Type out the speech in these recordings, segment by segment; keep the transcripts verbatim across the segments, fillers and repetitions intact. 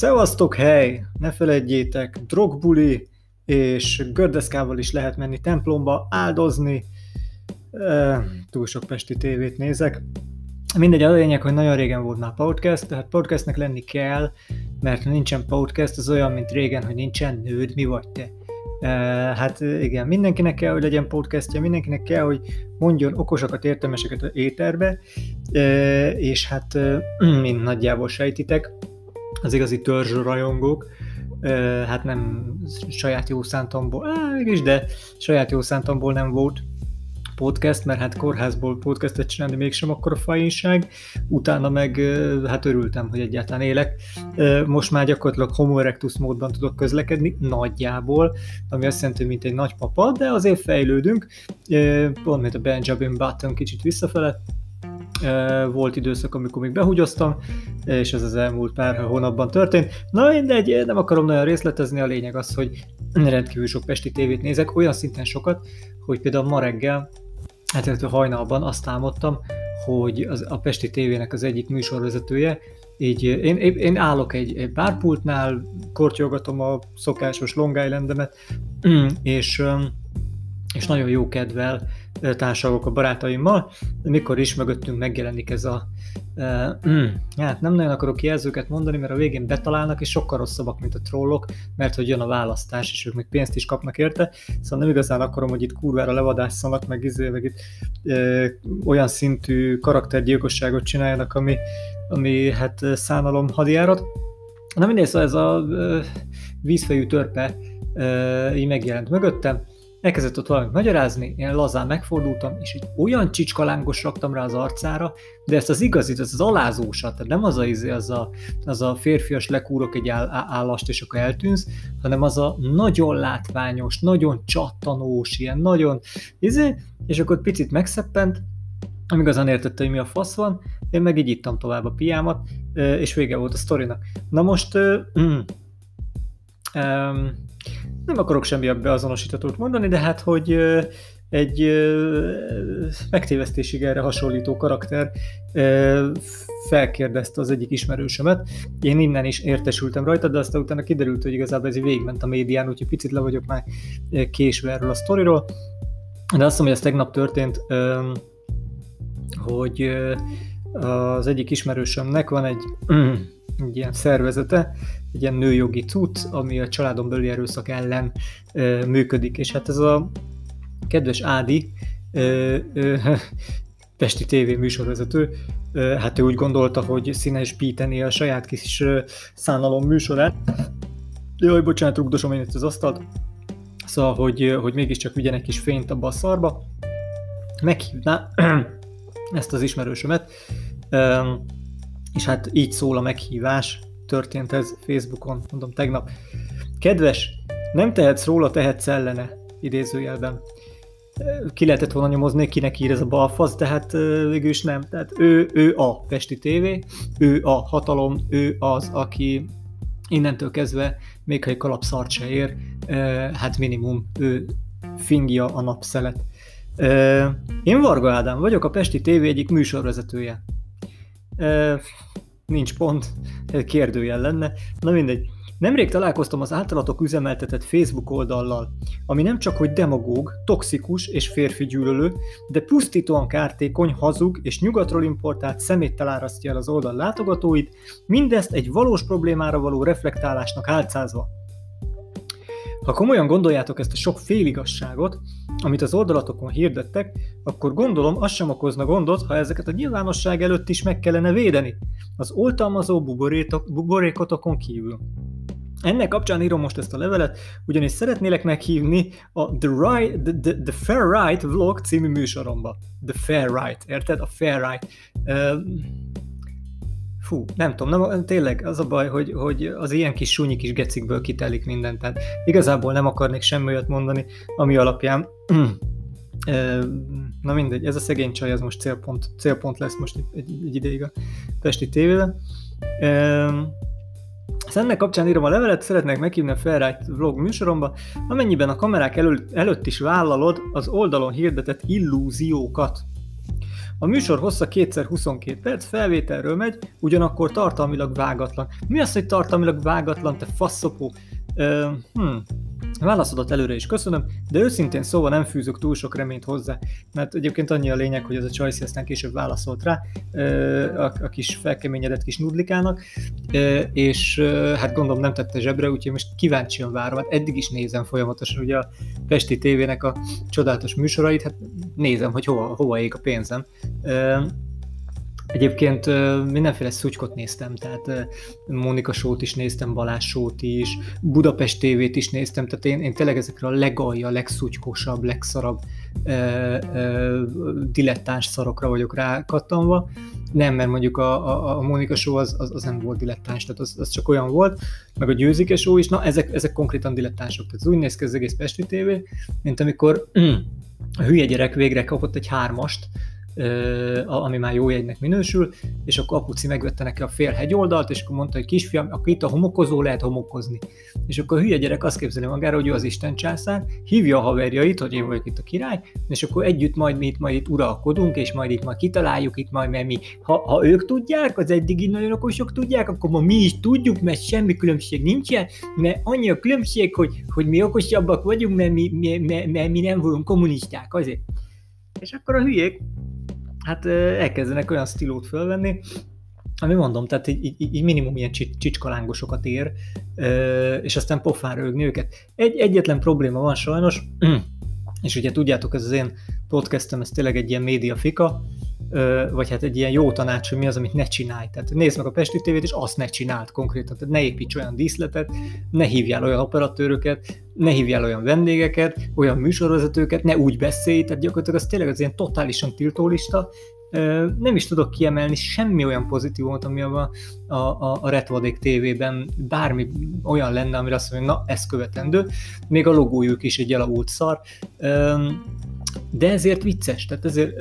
Szevasztok, hely! Ne feledjétek, drogbuli és gördeszkával is lehet menni templomba, áldozni. E, túl sok pesti tévét nézek. Mindegy, a lényeg, hogy nagyon régen volt már podcast, tehát podcastnek lenni kell, mert ha nincsen podcast, az olyan, mint régen, hogy nincsen nőd, mi vagy te. E, hát igen, mindenkinek kell, hogy legyen podcastja, mindenkinek kell, hogy mondjon okosakat, értelmeseket az éterbe, e, és hát mind nagyjából sejtitek, az igazi törzsrajongók, hát nem saját jó szántomból, á, mégis, de saját jó szántomból nem volt podcast, mert hát kórházból podcastet csinálni mégsem akkora fajinság, utána meg hát örültem, hogy egyáltalán élek. Most már gyakorlatilag homo erectus módban tudok közlekedni, nagyjából, ami azt jelenti, mint egy nagypapa, de azért fejlődünk, pont mint a Benjamin Button kicsit visszafele. Volt időszak, amikor még behugyoztam, és ez az elmúlt pár hónapban történt. Na mindegy, nem akarom nagyon részletezni, a lényeg az, hogy rendkívül sok pesti tévét nézek, olyan szinten sokat, hogy például ma reggel, hát hajnalban azt álmodtam, hogy az, a pesti tévének az egyik műsorvezetője, így én, én állok egy, egy bárpultnál, kortyolgatom a szokásos Long Islandemet, és, és nagyon jó kedvel társalgok a barátaimmal, de mikor is mögöttünk megjelenik ez a uh, mm, hát nem nagyon akarok jelzőket mondani, mert a végén betalálnak, és sokkal rosszabbak, mint a trollok, mert hogy jön a választás, és ők még pénzt is kapnak érte, szóval nem igazán akarom, hogy itt kurvára levadásszanak, meg izé, meg itt uh, olyan szintű karaktergyilkosságot csináljanak, ami, ami hát szánalom hadjárat. Na mindegy, szóval ez a uh, vízfejű törpe uh, így megjelent mögöttem, elkezdett ott valamit magyarázni, én lazán megfordultam, és egy olyan csicskalángos raktam rá az arcára, de ezt az igazit, ez az alázósat, tehát nem az a, az a, az a férfias lekúrok egy áll, állast, és akkor eltűnsz, hanem az a nagyon látványos, nagyon csattanós, ilyen nagyon, izé, és akkor picit megszeppent, nem igazán értette, hogy mi a fasz van, én meg így ittam tovább a piámat, és vége volt a sztorinak. Na most... Mm, um, nem akarok semmi beazonosítatót mondani, de hát, hogy egy megtévesztésig erre hasonlító karakter felkérdezte az egyik ismerősömet. Én innen is értesültem rajta, de aztán utána kiderült, hogy igazából ez végigment a médián, úgyhogy picit le vagyok már késve erről a sztoriról. De azt mondom, hogy ez tegnap történt, hogy az egyik ismerősömnek van egy, egy ilyen szervezete, egy ilyen nőjogi cucc, ami a családon belüli erőszak ellen ö, működik. És hát ez a kedves Ádi, ö, ö, pesti tévé műsorvezető, ö, hát ő úgy gondolta, hogy színesbíteni a saját kis ö, szánalom műsorát. Jaj, bocsánat, rugdosom én itt az asztalt. Szóval, hogy, hogy mégiscsak vigyen egy kis fényt abba a szarba. Meghívná ezt az ismerősömet, ö, és hát így szól a meghívás. Történt ez Facebookon, mondom tegnap. Kedves, nem tehetsz róla, tehetsz ellene, idézőjelben. Ki lehetett volna nyomozni, kinek ír ez a balfasz, de hát végül is nem. Tehát ő, ő a Pesti tévé, ő a hatalom, ő az, aki innentől kezdve, még ha egy kalapszart se ér, hát minimum ő fingja a napszelet. Én Varga Ádám vagyok, a Pesti tévé egyik műsorvezetője. Nincs pont, kérdőjel lenne. Na mindegy. Nemrég találkoztam az általatok üzemeltetett Facebook oldallal, ami nem csak hogy demagóg, toxikus és férfi gyűlölő, de pusztítóan kártékony, hazug és nyugatról importált szeméttel árasztja el az oldal látogatóit, mindezt egy valós problémára való reflektálásnak álcázva. Ha komolyan gondoljátok ezt a sok féligasságot, amit az oldalatokon hirdettek, akkor gondolom, az sem okozna gondot, ha ezeket a nyilvánosság előtt is meg kellene védeni, az oltalmazó buborékotokon kívül. Ennek kapcsán írom most ezt a levelet, ugyanis szeretnélek meghívni a The, right, the, the, the Fair Right Vlog című műsoromba. The Fair Right, érted? A Fair Right. Uh, Fú, nem tudom, nem, tényleg az a baj, hogy, hogy az ilyen kis súnyi kis gecikből kitelik mindent, tehát igazából nem akarnék semmi olyat mondani, ami alapján, na mindegy, ez a szegény csaj, ez most célpont, célpont lesz most egy, egy, egy ideig a Pesti tévében. Ennek kapcsán írom a levelet, szeretnék meghívni a Fair Right Vlog műsoromba, amennyiben a kamerák elő, előtt is vállalod az oldalon hirdetett illúziókat. A műsor hossza kétszer huszonkét perc, felvételről megy, ugyanakkor tartalmilag vágatlan. Mi az, hogy tartalmilag vágatlan, te faszopó? Uh, hm. Válaszodat előre is köszönöm, de őszintén szóval nem fűzök túl sok reményt hozzá, mert egyébként annyi a lényeg, hogy ez a Csajci aztán később válaszolt rá, a, a kis felkeményedett kis nudlikának, és hát gondolom nem tette zsebre, úgyhogy most kíváncsian várom, hát eddig is nézem folyamatosan ugye a Pesti tévének a csodálatos műsorait, hát nézem, hogy hova, hova ég a pénzem. Egyébként mindenféle szutykot néztem, tehát Mónika Show-t is néztem, Balázs Show-t is, Budapest tévét is néztem, tehát én, én tényleg ezekre a legalja, legszuttykosabb, legszarabb ö, ö, dilettáns szarokra vagyok rákattanva. Nem, mert mondjuk a, a, a Mónika Show az, az, az nem volt dilettáns, tehát az, az csak olyan volt, meg a Győzike Show is, na ezek, ezek konkrétan dilettánsok, tehát úgy néz ki az egész Pesti tévé, mint amikor mm, a hülye gyerek végre kapott egy hármast, Uh, ami már jó jegynek minősül, és akkor apuci megvette neki a fél hegyoldalt, és akkor mondta, hogy kisfiam, akkor itt a homokozó, lehet homokozni. És akkor a hülye gyerek azt képzeli magára, hogy ő az Isten császár, hívja a haverjait, hogy én vagyok itt a király, és akkor együtt majd mi itt, majd itt uralkodunk, és majd itt majd kitaláljuk, itt majd, mert mi, ha, ha ők tudják, az eddigi nagyon okosok tudják, akkor ma mi is tudjuk, mert semmi különbség nincsen, mert annyi a különbség, hogy, hogy mi okosabbak vagyunk, mert mi, mi, mert, mert mi nem vagyunk kommunisták, azért. És akkor a hülyék hát elkezdenek olyan stílót fölvenni, ami mondom, tehát így, így, így minimum ilyen csicskalángosokat ér, és aztán pofán rögni őket. Egy, egyetlen probléma van sajnos, és ugye tudjátok, ez az én podcastem, ez tényleg egy ilyen média fika, vagy hát egy ilyen jó tanács, hogy mi az, amit ne csinálj. Tehát nézd meg a Pesti tévét, és azt ne csináld konkrétan. Tehát ne építs olyan díszletet, ne hívjál olyan operatőröket, ne hívjál olyan vendégeket, olyan műsorvezetőket, ne úgy beszélj, tehát gyakorlatilag az tényleg az ilyen totálisan tiltólista. Nem is tudok kiemelni semmi olyan pozitívumot, ami a, a, a, a Retvadék tévében bármi olyan lenne, amire azt mondja, na, ez követendő. Még a logójuk is egy elavult szar. De ezért vicces, tehát ezért...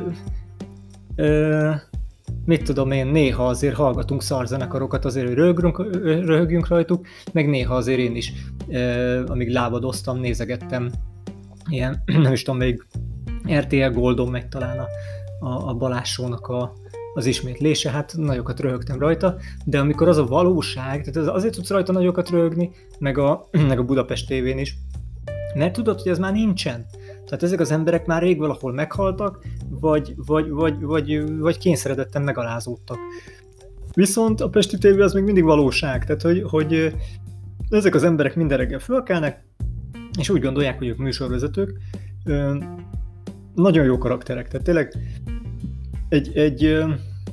Ö, mit tudom én, néha azért hallgatunk szarzenekarokat, azért, hogy röhögjünk, röhögjünk rajtuk, meg néha azért én is, ö, amíg lábadoztam, nézegettem ilyen, nem is tudom, még er té el Goldon megy talán a, a, a Balázs Show-nak a, az ismétlése, hát nagyokat röhögtem rajta, de amikor az a valóság, tehát azért tudsz rajta nagyokat röhögni, meg a, meg a Budapest tévén is, mert tudod, hogy ez már nincsen. Tehát ezek az emberek már rég valahol meghaltak, vagy, vagy, vagy, vagy, vagy kényszeredetten megalázódtak. Viszont a Pesti tévé az még mindig valóság, tehát hogy, hogy ezek az emberek minden reggel fölkelnek, és úgy gondolják, hogy ők műsorvezetők. Nagyon jó karakterek, tehát tényleg egy, egy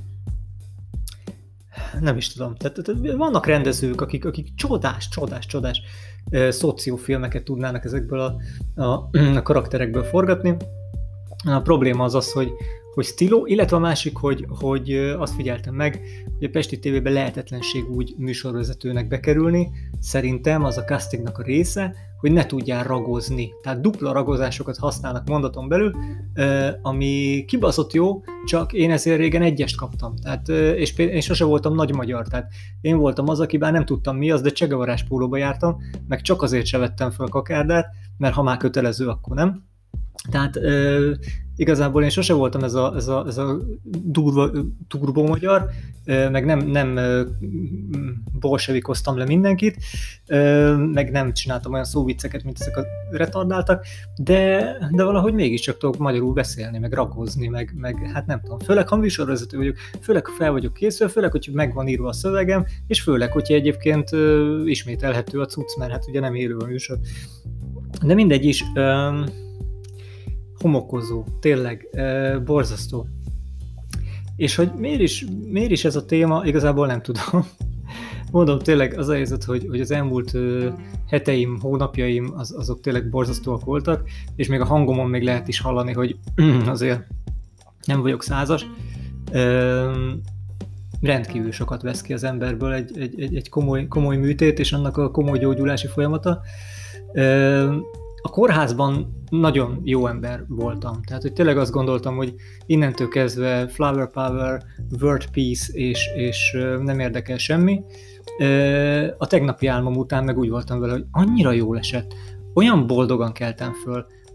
nem is tudom, tehát, tehát vannak rendezők, akik, akik csodás, csodás, csodás szociófilmeket tudnának ezekből a, a, a karakterekből forgatni. A probléma az az, hogy, hogy stíló, illetve a másik, hogy, hogy azt figyeltem meg, hogy a Pesti tévében lehetetlenség úgy műsorvezetőnek bekerülni, szerintem az a castingnak a része, hogy ne tudjál ragozni. Tehát dupla ragozásokat használnak mondaton belül, ami kibaszott jó, csak én ezért régen egyest kaptam. Tehát, és én sose voltam nagy magyar, tehát én voltam az, aki bár nem tudtam mi az, de csegevarás pólóba jártam, meg csak azért se vettem fel kakárdát, mert ha már kötelező, akkor nem. Tehát ö, igazából én sose voltam ez a, ez a, ez a durva turbo magyar, ö, meg nem, nem ö, bolsevikoztam le mindenkit, ö, meg nem csináltam olyan szóvicceket, mint ezek a retardáltak, de, de valahogy mégiscsak tudok magyarul beszélni, meg rakozni, meg, meg hát nem tudom, főleg ha műsorvezető vagyok, főleg ha fel vagyok készülve, főleg, hogy meg van írva a szövegem, és főleg, hogyha egyébként ö, ismételhető a cucc, mert hát ugye nem élő a műsor. De mindegy is, ö, homokozó, tényleg, e, borzasztó. És hogy miért is, miért is ez a téma, igazából nem tudom. Mondom, tényleg az a helyzet, hogy, hogy az elmúlt ö, heteim, hónapjaim az, azok tényleg borzasztóak voltak, és még a hangomon még lehet is hallani, hogy azért nem vagyok százas. Ö, rendkívül sokat vesz ki az emberből egy, egy, egy, egy komoly, komoly műtét, és annak a komoly gyógyulási folyamata. Ö, A kórházban nagyon jó ember voltam, tehát hogy tényleg azt gondoltam, hogy innentől kezdve flower power, world peace, és, és nem érdekel semmi. A tegnapi álmom után meg úgy voltam vele, hogy annyira jól esett, olyan boldogan keltem föl,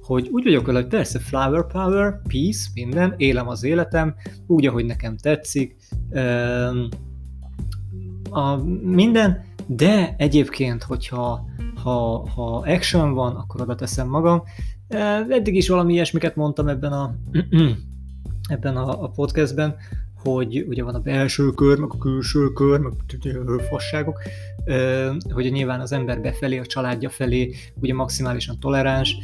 hogy úgy vagyok vele, hogy persze flower power, peace, minden, élem az életem, úgy, ahogy nekem tetszik, a minden, de egyébként, hogyha ha, ha action van, akkor oda teszem magam. Eddig is valami ilyesmiket mondtam ebben a, ebben a, a podcastben, hogy ugye van a belső kör, meg a külső kör, meg fasságok, hogy nyilván az ember befelé, a családja felé ugye maximálisan toleráns,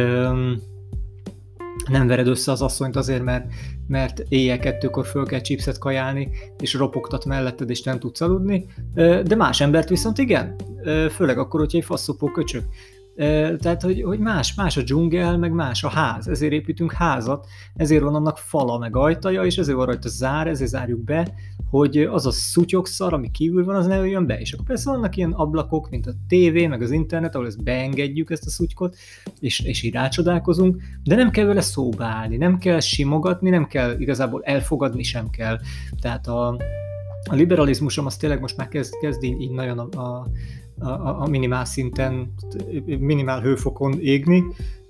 nem vered össze az asszonyt azért, mert, mert éjjel kettőkor föl kell chipset kajálni, és ropogtat melletted, és nem tudsz aludni, de más embert viszont igen, főleg akkor, hogyha egy faszopó köcsög. Tehát, hogy, hogy más, más a dzsungel, meg más a ház, ezért építünk házat, ezért van annak fala, meg ajtaja, és ezért van rajta zár, ezért zárjuk be, hogy az a szutyokszar, ami kívül van, az ne jöjjön be. És akkor persze vannak ilyen ablakok, mint a tévé, meg az internet, ahol ezt beengedjük, ezt a szutykot, és, és így rácsodálkozunk, de nem kell vele szóba állni, nem kell simogatni, nem kell igazából elfogadni sem kell. Tehát a, a liberalizmusom az tényleg most már kezd, kezd így, így nagyon a, a A, a minimál szinten, minimál hőfokon égni.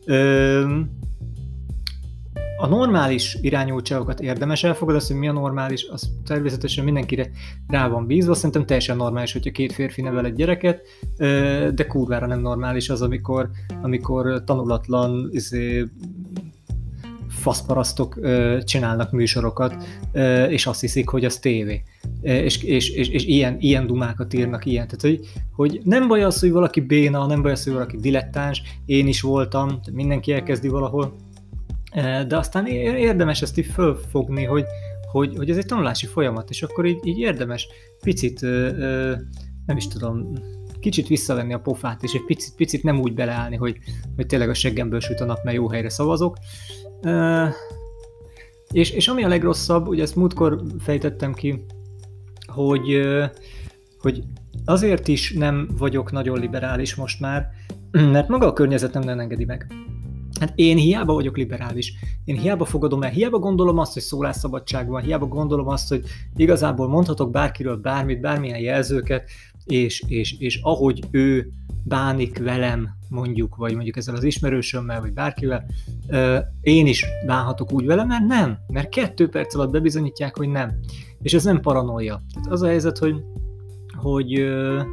A normális irányultságokat érdemes elfogadni, azt, hogy mi a normális, az természetesen mindenkire rá van bízva. Szerintem teljesen normális, hogyha két férfi nevel egy gyereket, de kurvára nem normális az, amikor, amikor tanulatlan izé, faszparasztok csinálnak műsorokat, és azt hiszik, hogy az tévé. És, és, és, és ilyen, ilyen dumákat írnak, ilyen. Tehát, hogy, hogy nem baj az, hogy valaki béna, nem baj az, hogy valaki dilettáns, én is voltam, mindenki elkezdi valahol, de aztán érdemes ezt így fölfogni, hogy, hogy, hogy ez egy tanulási folyamat, és akkor így, így érdemes picit, nem is tudom, kicsit visszavenni a pofát, és egy picit, picit nem úgy beleállni, hogy, hogy tényleg a seggemből süt a nap, mert jó helyre szavazok. Uh, és, és ami a legrosszabb, ugye ezt múltkor fejtettem ki, hogy, uh, hogy azért is nem vagyok nagyon liberális most már, mert maga a környezetem nem engedi meg. Hát én hiába vagyok liberális, én hiába fogadom el, hiába gondolom azt, hogy szólásszabadság van, hiába gondolom azt, hogy igazából mondhatok bárkiről bármit, bármilyen jelzőket, és, és, és ahogy ő bánik velem, mondjuk, vagy mondjuk ezzel az ismerősömmel, vagy bárkivel, én is bánhatok úgy vele, mert nem, mert kettő perc alatt bebizonyítják, hogy nem. És ez nem paranoia. Tehát az a helyzet, hogy, hogy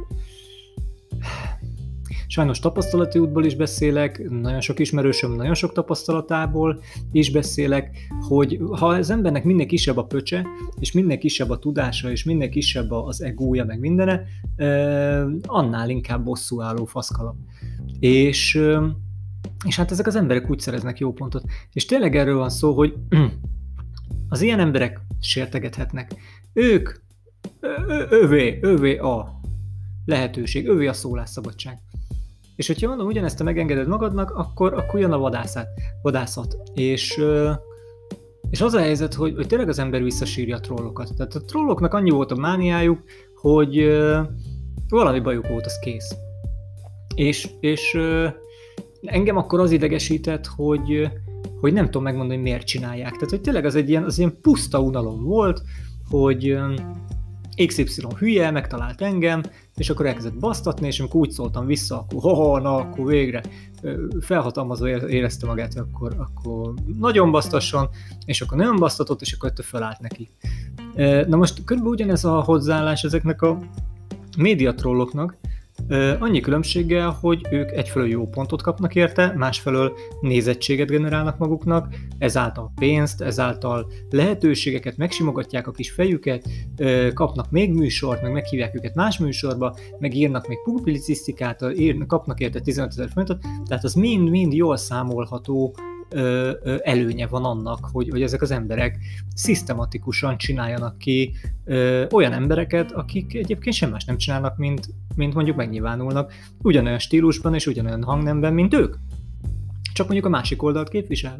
sajnos tapasztalati útból is beszélek, nagyon sok ismerősöm, nagyon sok tapasztalatából is beszélek, hogy ha az embernek minél kisebb a pöcse, és minél kisebb a tudása, és minél kisebb az egója, meg mindene, annál inkább bosszúálló faszkalap. És, és hát ezek az emberek úgy szereznek jó pontot. És tényleg erről van szó, hogy az ilyen emberek sértegethetnek. Ők, övé, övé a lehetőség, övé a szólásszabadság. És hogyha mondom, ugyanezt te megengeded magadnak, akkor, akkor jön a vadászat. vadászat. És, és az a helyzet, hogy, hogy tényleg az ember visszasírja a trollokat. Tehát a trolloknak annyi volt a mániájuk, hogy valami bajuk volt, az kész. És, és engem akkor az idegesített, hogy, hogy nem tudom megmondani, hogy miért csinálják. Tehát, hogy tényleg az egy ilyen, az ilyen puszta unalom volt, hogy iksz ipszilon hülye, megtalált engem, és akkor elkezdett basztatni, és amikor úgy szóltam vissza, akkor ha na, akkor végre felhatalmazva érezte magát, hogy akkor, akkor nagyon basztasson, és akkor nagyon basztatott, és akkor ettől felállt neki. Na most körülbelül ugyanez a hozzáállás ezeknek a médiatrolloknak, annyi különbséggel, hogy ők egyfelől jó pontot kapnak érte, másfelől nézettséget generálnak maguknak, ezáltal pénzt, ezáltal lehetőségeket, megsimogatják a kis fejüket, kapnak még műsort, meg meghívják őket más műsorba, meg írnak még publicisztikát, kapnak érte tizenötezer forintot, tehát az mind-mind jól számolható előnye van annak, hogy, hogy ezek az emberek szisztematikusan csináljanak ki ö, olyan embereket, akik egyébként sem más nem csinálnak, mint, mint mondjuk megnyilvánulnak ugyanolyan stílusban és ugyanolyan hangnemben, mint ők. Csak mondjuk a másik oldalt képvisel.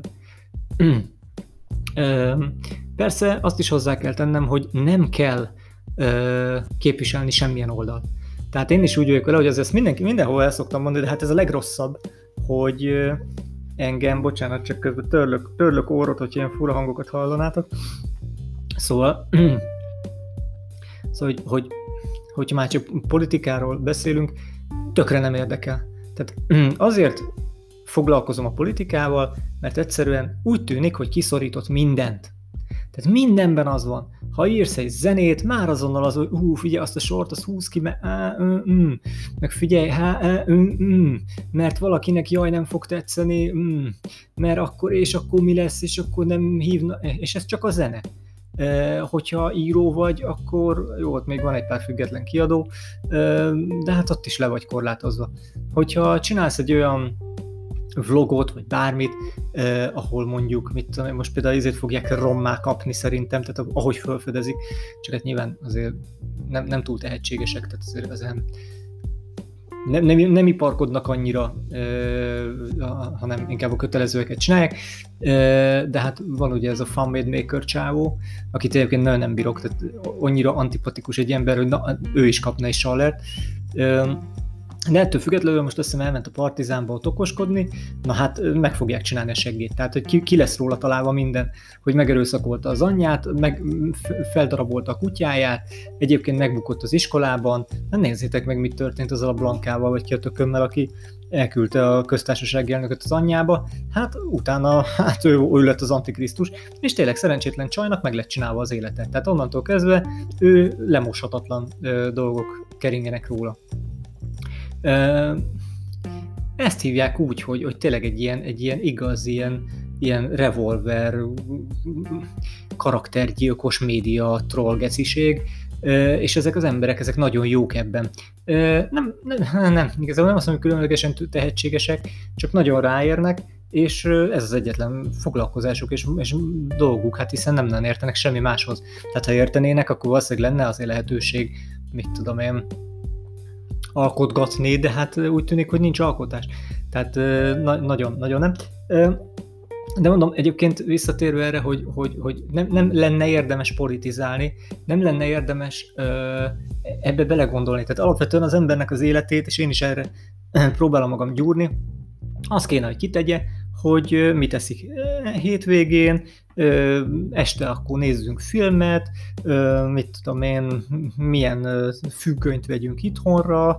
ö, persze azt is hozzá kell tennem, hogy nem kell ö, képviselni semmilyen oldalt. Tehát én is úgy vagyok vele, hogy az ezt mindenki, mindenhol el szoktam mondani, de hát ez a legrosszabb, hogy ö, engem, bocsánat, csak közben törlök, törlök órot, hogy ilyen fura hangokat hallanátok. Szóval, szóval hogy, hogy, hogyha már csak politikáról beszélünk, tökre nem érdekel. Tehát azért foglalkozom a politikával, mert egyszerűen úgy tűnik, hogy kiszorított mindent. Tehát mindenben az van. Ha írsz egy zenét, már azonnal az, hogy hú, figyelj, azt a sort, azt húz ki, mert, á, mm, mm. meg figyelj, há, á, mm, mm. mert valakinek jaj, nem fog tetszeni, mm. mert akkor, és akkor mi lesz, és akkor nem hívna, és ez csak a zene. E, hogyha író vagy, akkor jó, ott még van egy pár független kiadó, e, de hát ott is le vagy korlátozva. Hogyha csinálsz egy olyan vlogot, vagy bármit, eh, ahol mondjuk, mit tudom, most például ezért fogják rommá kapni szerintem, tehát ahogy felfedezik, csak hát nyilván azért nem, nem túl tehetségesek, tehát azért az nem, nem, nem, nem iparkodnak annyira, eh, hanem inkább a kötelezőeket csinálják, eh, de hát van ugye ez a fan-made maker csávó, akit egyébként nagyon nem bírok, tehát annyira antipatikus egy ember, hogy na, ő is kapna egy sallert. Eh, De ettől függetlenül most azt hiszem elment a Partizánba ott okoskodni, na hát meg fogják csinálni a seggét, tehát hogy ki, ki lesz róla találva minden, hogy megerőszakolta az anyját, meg feldarabolta a kutyáját, egyébként megbukott az iskolában, na nézzétek meg, mit történt azzal a Blankával, vagy ki a tökömmel, aki elküldte a köztársasági elnököt az anyjába, hát utána hát ő, ő lett az Antikrisztus, és tényleg szerencsétlen csajnak meg lett csinálva az életet, tehát onnantól kezdve ő lemoshatatlan ö, dolgok keringenek róla. Ezt hívják úgy, hogy, hogy tényleg egy ilyen, egy ilyen igaz, ilyen, ilyen revolver, karaktergyilkos média trollgeciség, és ezek az emberek, ezek nagyon jók ebben. Nem, nem, nem igazából nem azt mondom, hogy különlegesen tehetségesek, csak nagyon ráérnek, és ez az egyetlen foglalkozásuk és, és dolguk, hát hiszen nem nagyon értenek semmi máshoz. Tehát ha értenének, akkor valószínűleg lenne azért lehetőség, mit tudom én, alkotgatni, de hát úgy tűnik, hogy nincs alkotás. Tehát na- nagyon, nagyon nem. De mondom, egyébként visszatérve erre, hogy, hogy, hogy nem, nem lenne érdemes politizálni, nem lenne érdemes ebbe belegondolni. Tehát alapvetően az embernek az életét, és én is erre próbálom magam gyúrni, azt kéne, hogy kitegye, hogy mit teszik hétvégén, este akkor nézzünk filmet, mit tudom én, milyen függönyt vegyünk itthonra,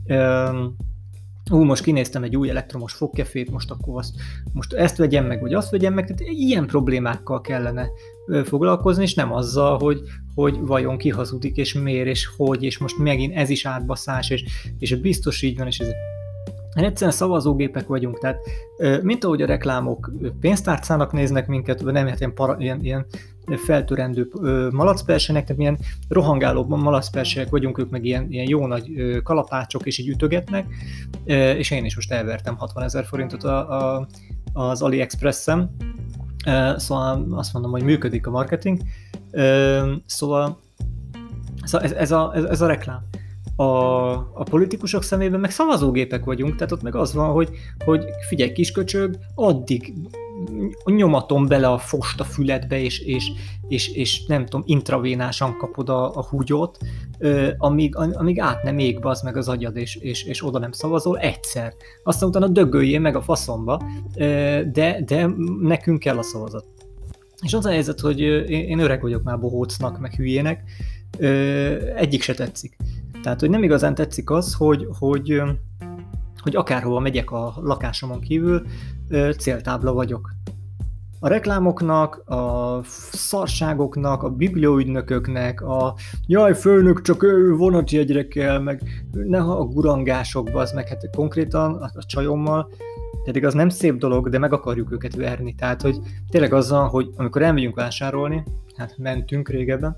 ú, most kinéztem egy új elektromos fogkefét, most akkor azt, most ezt vegyem meg, vagy azt vegyem meg, tehát ilyen problémákkal kellene foglalkozni, és nem azzal, hogy, hogy vajon ki hazudik, és miért, és hogy, és most megint ez is átbaszás, és, és biztos így van, és ez egyszerűen szavazógépek vagyunk, tehát mint ahogy a reklámok pénztárcának néznek minket, vagy nem, hát ilyen, para, ilyen, ilyen feltörendő malacpersenek, tehát milyen rohangáló malacpersek vagyunk, ők meg ilyen, ilyen jó nagy kalapácsok, és így ütögetnek, és én is most elvertem hatvanezer forintot a, a, az AliExpress-en, szóval azt mondom, hogy működik a marketing, szóval, szóval ez, ez, a, ez, ez a reklám. A, a politikusok szemében meg szavazógépek vagyunk, tehát ott meg az van, hogy, hogy figyelj kisköcsög, addig nyomatom bele a fost a füledbe, és, és, és, és nem tudom, intravénásan kapod a, a húgyot, amíg, amíg át nem ég bazd meg az agyad, és, és, és oda nem szavazol egyszer. Aztán utána dögöljél meg a faszomba, de, de nekünk kell a szavazat. És az a helyzet, hogy én öreg vagyok már bohócnak, meg hülyének, egyik se tetszik. Tehát, hogy nem igazán tetszik az, hogy, hogy, hogy akárhova megyek a lakásomon kívül, céltábla vagyok. A reklámoknak, a szarságoknak, a bibliaügynököknek, a jaj, főnök, csak ő vonatjegyre kell, meg ne a gurangásokba, az meg hát konkrétan a, a csajommal, pedig az nem szép dolog, de meg akarjuk őket verni. Tehát, hogy tényleg azzal, hogy amikor elmegyünk vásárolni, hát mentünk régebben,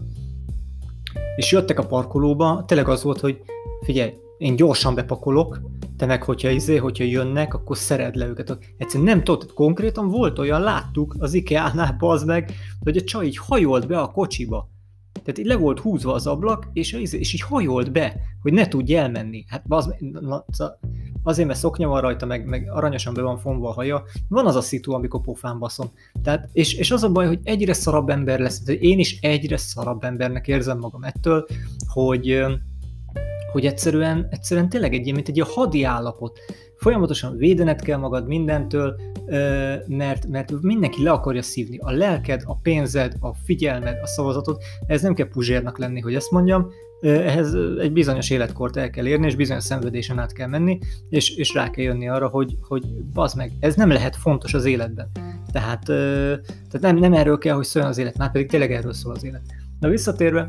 és jöttek a parkolóba, tényleg az volt, hogy figyelj, én gyorsan bepakolok, te meg hogyha izé, hogyha jönnek, akkor szered le őket. Egyszerűen nem tudod, konkrétan volt olyan, láttuk az IKEA-nál, bazd meg, hogy a csaj így hajolt be a kocsiba. Tehát így le volt húzva az ablak, és, és így hajolt be, hogy ne tudj elmenni. Hát bazd, na, azért, mert szoknya van rajta, meg, meg aranyosan be van fonva a haja, van az a szitu, amikor pofán baszom. Tehát, és, és az a baj, hogy egyre szarabb ember lesz, én is egyre szarabb embernek érzem magam ettől, hogy, hogy egyszerűen, egyszerűen tényleg egy ilyen, mint egy ilyen hadi állapot. Folyamatosan védened kell magad mindentől, mert, mert mindenki le akarja szívni. A lelked, a pénzed, a figyelmed, a szavazatod, ez nem kell puzsérnak lenni, hogy ezt mondjam, ehhez egy bizonyos életkort el kell érni, és bizonyos szenvedésen át kell menni, és, és rá kell jönni arra, hogy, hogy bazd meg, ez nem lehet fontos az életben. Tehát, tehát nem, nem erről kell, hogy szóljon az élet, már pedig tényleg erről szól az élet. Na visszatérve,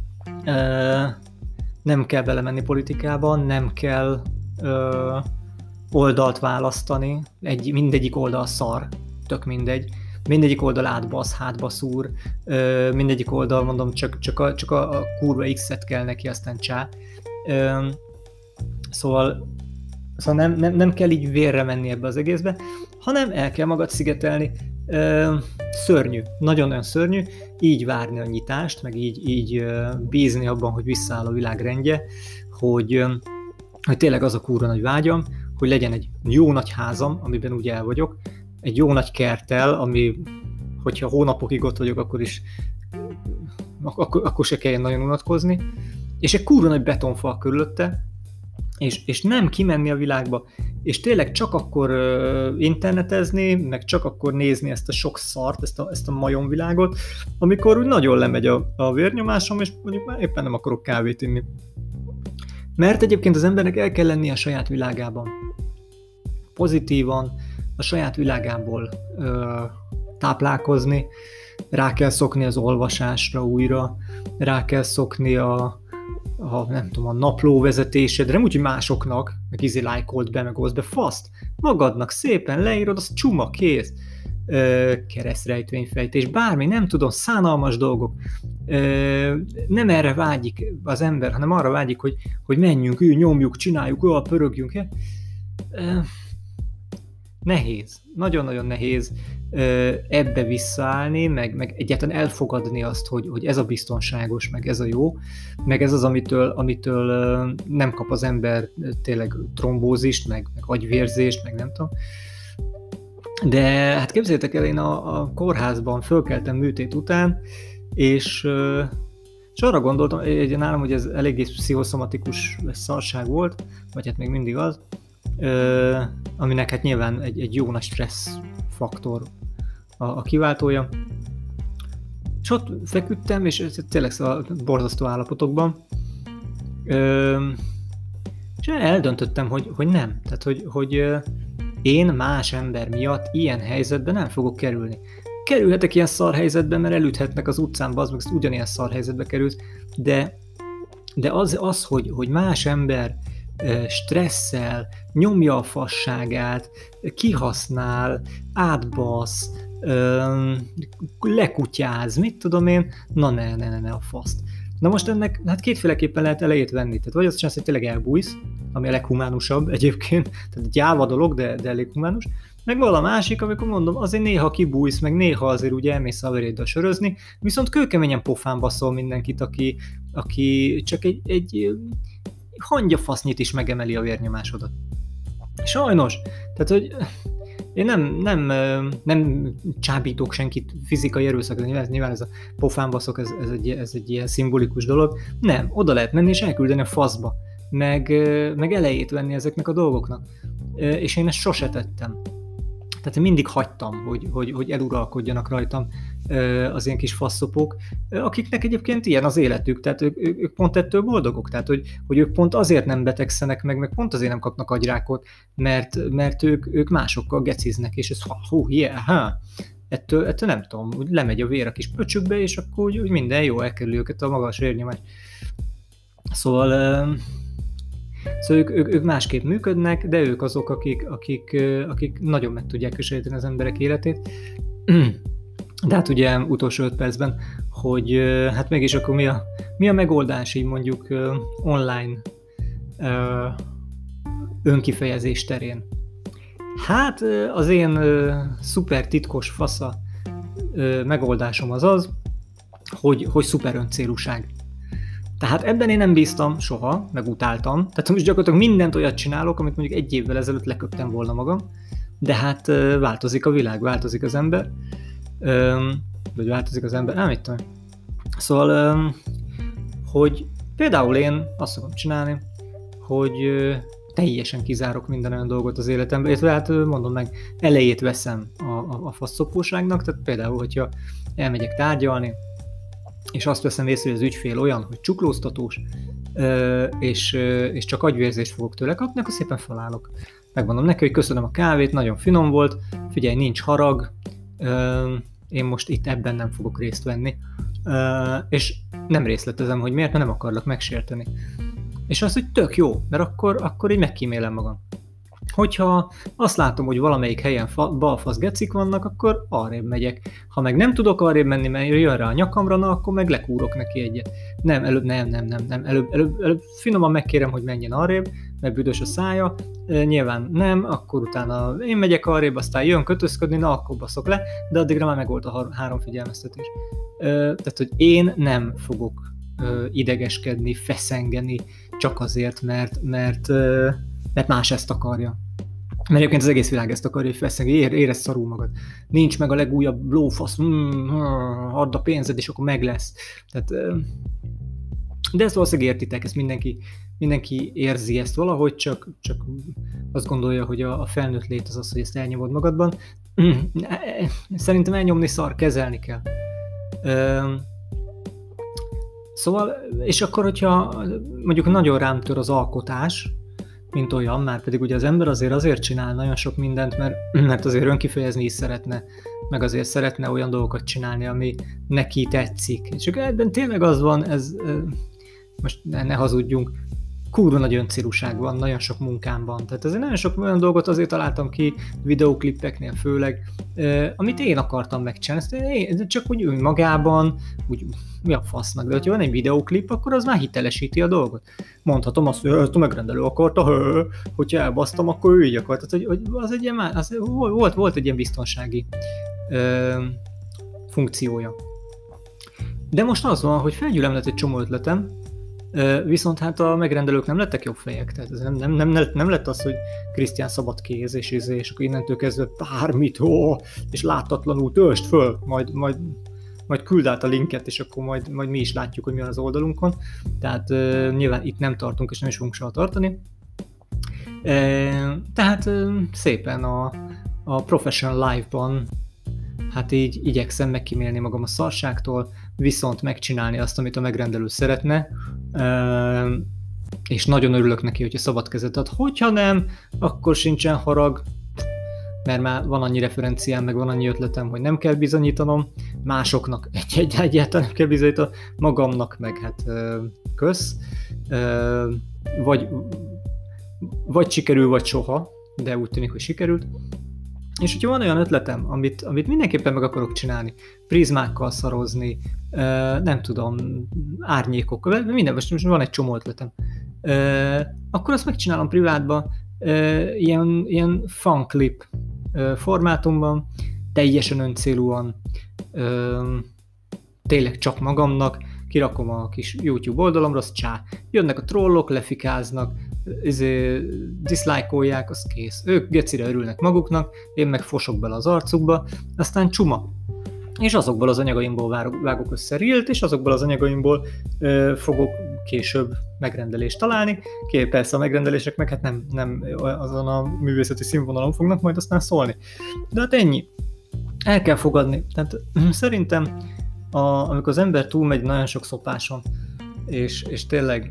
nem kell belemenni politikába, nem kell oldalt választani, egy, mindegyik oldal szar, tök mindegy. Mindegyik oldal átbasz, hátba szúr, mindegyik oldal, mondom, csak, csak, a, csak a, a kurva X-et kell neki, aztán csá. Szóval, szóval nem, nem, nem kell így vérre menni ebbe az egészbe, hanem el kell magad szigetelni. Szörnyű, nagyon-nagyon szörnyű, így várni a nyitást, meg így, így bízni abban, hogy visszaáll a világ rendje, hogy, hogy tényleg az a kurva nagy vágyam, hogy legyen egy jó nagy házam, amiben úgy el vagyok, egy jó nagy kerttel, ami, hogyha hónapokig ott vagyok, akkor is akkor, akkor se kelljen nagyon unatkozni, és egy kurva nagy betonfal körülötte, és, és nem kimenni a világba, és tényleg csak akkor uh, internetezni, meg csak akkor nézni ezt a sok szart, ezt a, ezt a majomvilágot, amikor úgy nagyon lemegy a, a vérnyomásom, és mondjuk már éppen nem akarok kávét inni. Mert egyébként az embernek el kell lennie a saját világában. Pozitívan, a saját világából ö, táplálkozni, rá kell szokni az olvasásra újra, rá kell szokni a, a nem tudom, a napló vezetésedre, nem úgy, hogy másoknak, meg izé lájkolt be, meg oszd be, faszt, magadnak szépen leírod, az csuma, kész, ö, keresztrejtvényfejtés, bármi, nem tudom, szánalmas dolgok. Ö, nem erre vágyik az ember, hanem arra vágyik, hogy, hogy menjünk, ő, nyomjuk, csináljuk, ő, pörögjünk. Ö, Nehéz, nagyon-nagyon nehéz ö, ebbe visszaállni, meg, meg egyáltalán elfogadni azt, hogy, hogy ez a biztonságos, meg ez a jó, meg ez az, amitől, amitől ö, nem kap az ember tényleg trombózist, meg, meg agyvérzést, meg nem tudom. De hát képzeljétek el, én a, a kórházban fölkeltem műtét után, és, ö, és arra gondoltam, hogy nálam, hogy ez eléggé pszichoszomatikus szarság volt, vagy hát még mindig az, Ö, aminek hát nyilván egy, egy jó nagy stressz faktor a, a kiváltója. És ott feküdtem, és tényleg szóval borzasztó állapotokban. Ö, és eldöntöttem, hogy, hogy nem. Tehát, hogy, hogy én más ember miatt ilyen helyzetben nem fogok kerülni. Kerülhetek ilyen szar helyzetben, mert elüthetnek az utcán, az meg ugyanilyen szar helyzetbe került, de, de az, az hogy, hogy más ember stresszel, nyomja a fasságát, kihasznál, átbasz, lekutyáz, mit tudom én, na ne, ne, ne, ne a faszt. Na most ennek hát kétféleképpen lehet elejét venni, tehát vagy azt csinálsz, hogy tényleg elbújsz, ami a leghumánusabb egyébként, tehát gyáva dolog, de, de elég humánus, meg vala másik, amikor mondom, azért néha kibújsz, meg néha azért úgy elmész a haverjaiddal sörözni, viszont kőkeményen pofán baszol mindenkit, aki, aki csak egy, egy hangyafasznyit is megemeli a vérnyomásodat. Sajnos. Tehát, hogy én nem, nem, nem csábítok senkit fizikai erőszakra, nyilván, nyilván ez a pofán baszok, ez, ez, egy, ez egy ilyen szimbolikus dolog. Nem, oda lehet menni és elküldeni a faszba, meg, meg elejét venni ezeknek a dolgoknak. És én ezt sose tettem. Tehát én mindig hagytam, hogy, hogy, hogy eluralkodjanak rajtam az ilyen kis faszopók, akiknek egyébként ilyen az életük, tehát ők, ők pont ettől boldogok, tehát hogy, hogy ők pont azért nem betegszenek meg, meg pont azért nem kapnak agyrákot, mert, mert ők, ők másokkal geciznek, és ez hú, yeah, ha. Ettől, ettől nem tudom, úgy lemegy a vér a kis pöcsükbe, és akkor úgy, úgy minden jó, elkerül őket a magas vérnyomás. Szóval... Szóval ők, ők, ők másképp működnek, de ők azok, akik, akik, akik nagyon meg tudják közelíteni az emberek életét. De hát ugye utolsó öt percben, hogy hát mégis akkor mi a, mi a megoldás így mondjuk online önkifejezés terén. Hát az én szuper titkos fasza megoldásom az az, hogy, hogy szuper öncélúság. Tehát ebben én nem bíztam soha, meg utáltam. Tehát most gyakorlatilag mindent olyat csinálok, amit mondjuk egy évvel ezelőtt leköptem volna magam. De hát változik a világ, változik az ember. Vagy változik az ember, nem mit tudom. Szóval, hogy például én azt szokom csinálni, hogy teljesen kizárok minden olyan dolgot az életemben, illetve hát mondom meg, elejét veszem a, a, a faszopóságnak, tehát például, hogyha elmegyek tárgyalni, és azt veszem észre, hogy az ügyfél olyan, hogy csuklóztatós, és, és csak agyvérzést fogok tőle kapni, akkor szépen felállok. Megmondom neki, hogy köszönöm a kávét, nagyon finom volt, figyelj, nincs harag, én most itt ebben nem fogok részt venni, és nem részletezem, hogy miért, mert nem akarlak megsérteni. És az, hogy tök jó, mert akkor, akkor így megkímélem magam. Hogyha azt látom, hogy valamelyik helyen fa- balfasz gecik vannak, akkor arrébb megyek. Ha meg nem tudok arrébb menni, mert jön rá a nyakamra, na, akkor meg lekúrok neki egyet. Nem, előbb nem, nem, nem, nem. Előbb, előbb, előbb finoman megkérem, hogy menjen arrébb, mert büdös a szája. E, nyilván nem, akkor utána én megyek arrébb, aztán jön kötözködni, na, akkor baszok le, de addigra már megvolt a har- három figyelmeztetés. E, tehát, hogy én nem fogok e, idegeskedni, feszengeni, csak azért, mert, mert, e, mert más ezt akarja. Mert egyébként az egész világ ezt akarja, hogy feszeng, ér, érezd szarul magad. Nincs meg a legújabb lófasz, mm, add a pénzed, és akkor meg lesz. Tehát, de ezt valószínűleg értitek, ezt mindenki, mindenki érzi ezt valahogy, csak, csak azt gondolja, hogy a, a felnőtt lét az az, hogy ezt elnyomod magadban. Szerintem elnyomni szar, kezelni kell. Szóval, és akkor, hogyha mondjuk nagyon rám tör az alkotás, mint olyan, már pedig ugye az ember azért azért csinál nagyon sok mindent, mert, mert azért önkifejezni is szeretne, meg azért szeretne olyan dolgokat csinálni, ami neki tetszik. És csak ebben tényleg az van, ez, most ne, ne hazudjunk, kurva nagy öncélúság van, nagyon sok munkám van. Tehát azért nagyon sok olyan dolgot azért találtam ki, videóklippeknél főleg, amit én akartam megcsinálni. Csak úgy önmagában, úgy mi a fasznak, de hogyha van egy videóklip, akkor az már hitelesíti a dolgot. Mondhatom azt, hogy ezt a megrendelő akarta, hogyha elbasztam, akkor ő így akart. Tehát, hogy az egy ilyen, az volt, volt egy ilyen biztonsági ö, funkciója. De most az van, hogy felgyűlöm lett egy csomó ötletem, viszont hát a megrendelők nem lettek jobb fejek, tehát ez nem, nem, nem, nem lett az, hogy Krisztián szabad kéz, és, és, és akkor innentől kezdve bármit, ó, és láttatlanul töltsd föl, majd, majd, majd küld át a linket, és akkor majd, majd mi is látjuk, hogy mi van az oldalunkon. Tehát uh, nyilván itt nem tartunk, és nem is fogunk soha tartani. Uh, tehát uh, szépen a, a Professional Life-ban hát így igyekszem megkímélni magam a szarságtól, viszont megcsinálni azt, amit a megrendelő szeretne, és nagyon örülök neki, hogyha szabad kezet ad. Hogyha nem, akkor sincsen harag, mert már van annyi referenciám, meg van annyi ötletem, hogy nem kell bizonyítanom, másoknak egy, egy, egyáltalán nem kell bizonyítanom, magamnak meg hát kösz, vagy, vagy sikerül, vagy soha, de úgy tűnik, hogy sikerült. És hogyha van olyan ötletem, amit, amit mindenképpen meg akarok csinálni, prizmákkal szarozni, nem tudom, árnyékokkal, minden, most van egy csomó ötletem, akkor azt megcsinálom privátban, ilyen, ilyen fun clip formátumban, teljesen öncélúan, tényleg csak magamnak, kirakom a kis YouTube oldalamra, az csá. Jönnek a trollok, lefikáznak, izé, diszlájkolják, az kész. Ők gecire örülnek maguknak, én meg fosok bele az arcukba, aztán csuma. És azokból az anyagaimból vágok, vágok össze reelt, és azokból az anyagaimból ö, fogok később megrendelést találni. Ké, persze a megrendelések meg hát nem, nem azon a művészeti színvonalon fognak majd aztán szólni. De hát ennyi. El kell fogadni. Tehát szerintem a, amikor az ember túlmegy nagyon sok szopáson, és, és tényleg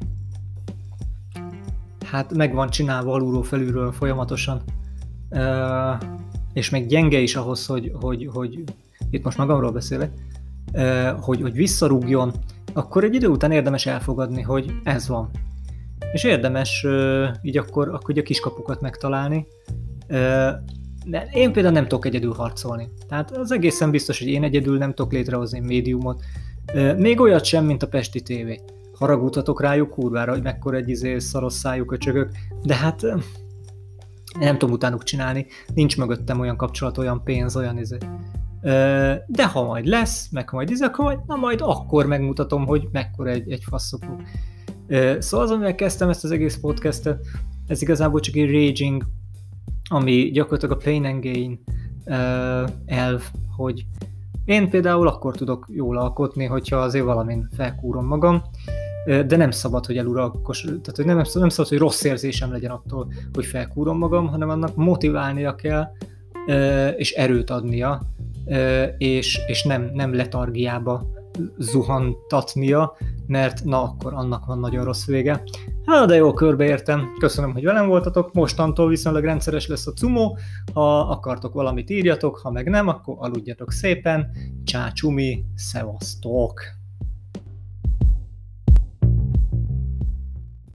hát meg van csinálva alulról felülről folyamatosan, uh, és meg gyenge is ahhoz, hogy, hogy, hogy itt most magamról beszélek, uh, hogy, hogy visszarúgjon, akkor egy idő után érdemes elfogadni, hogy ez van. És érdemes uh, így akkor, akkor így a kiskapukat megtalálni. Uh, de én például nem tudok egyedül harcolni. Tehát az egészen biztos, hogy én egyedül nem tudok létrehozni médiumot. Uh, még olyat sem, mint a Pesti té vé. Haragudhatok rájuk kurvára, hogy mekkora egy izé szaros szájú köcsögök, de hát nem tudom utánuk csinálni, nincs mögöttem olyan kapcsolat, olyan pénz, olyan izé. De ha majd lesz, meg ha majd izé, akkor majd, na majd akkor megmutatom, hogy mekkora egy, egy faszopó. Szóval az, amivel kezdtem ezt az egész podcastet, ez igazából csak egy raging, ami gyakorlatilag a pain and gain elv, hogy én például akkor tudok jól alkotni, hogyha azért valamin felkúrom magam, de nem szabad, hogy eluralkos, tehát hogy nem, nem szabad, hogy rossz érzésem legyen attól, hogy felkúrom magam, hanem annak motiválnia kell, és erőt adnia, és, és nem, nem letargiába zuhantatnia, mert na akkor annak van nagyon rossz vége. Hát de jó, körbeértem. Köszönöm, hogy velem voltatok. Mostantól viszonylag rendszeres lesz a cumó. Ha akartok valamit írjatok, ha meg nem, akkor aludjatok szépen. Csácsumi, szevasztok!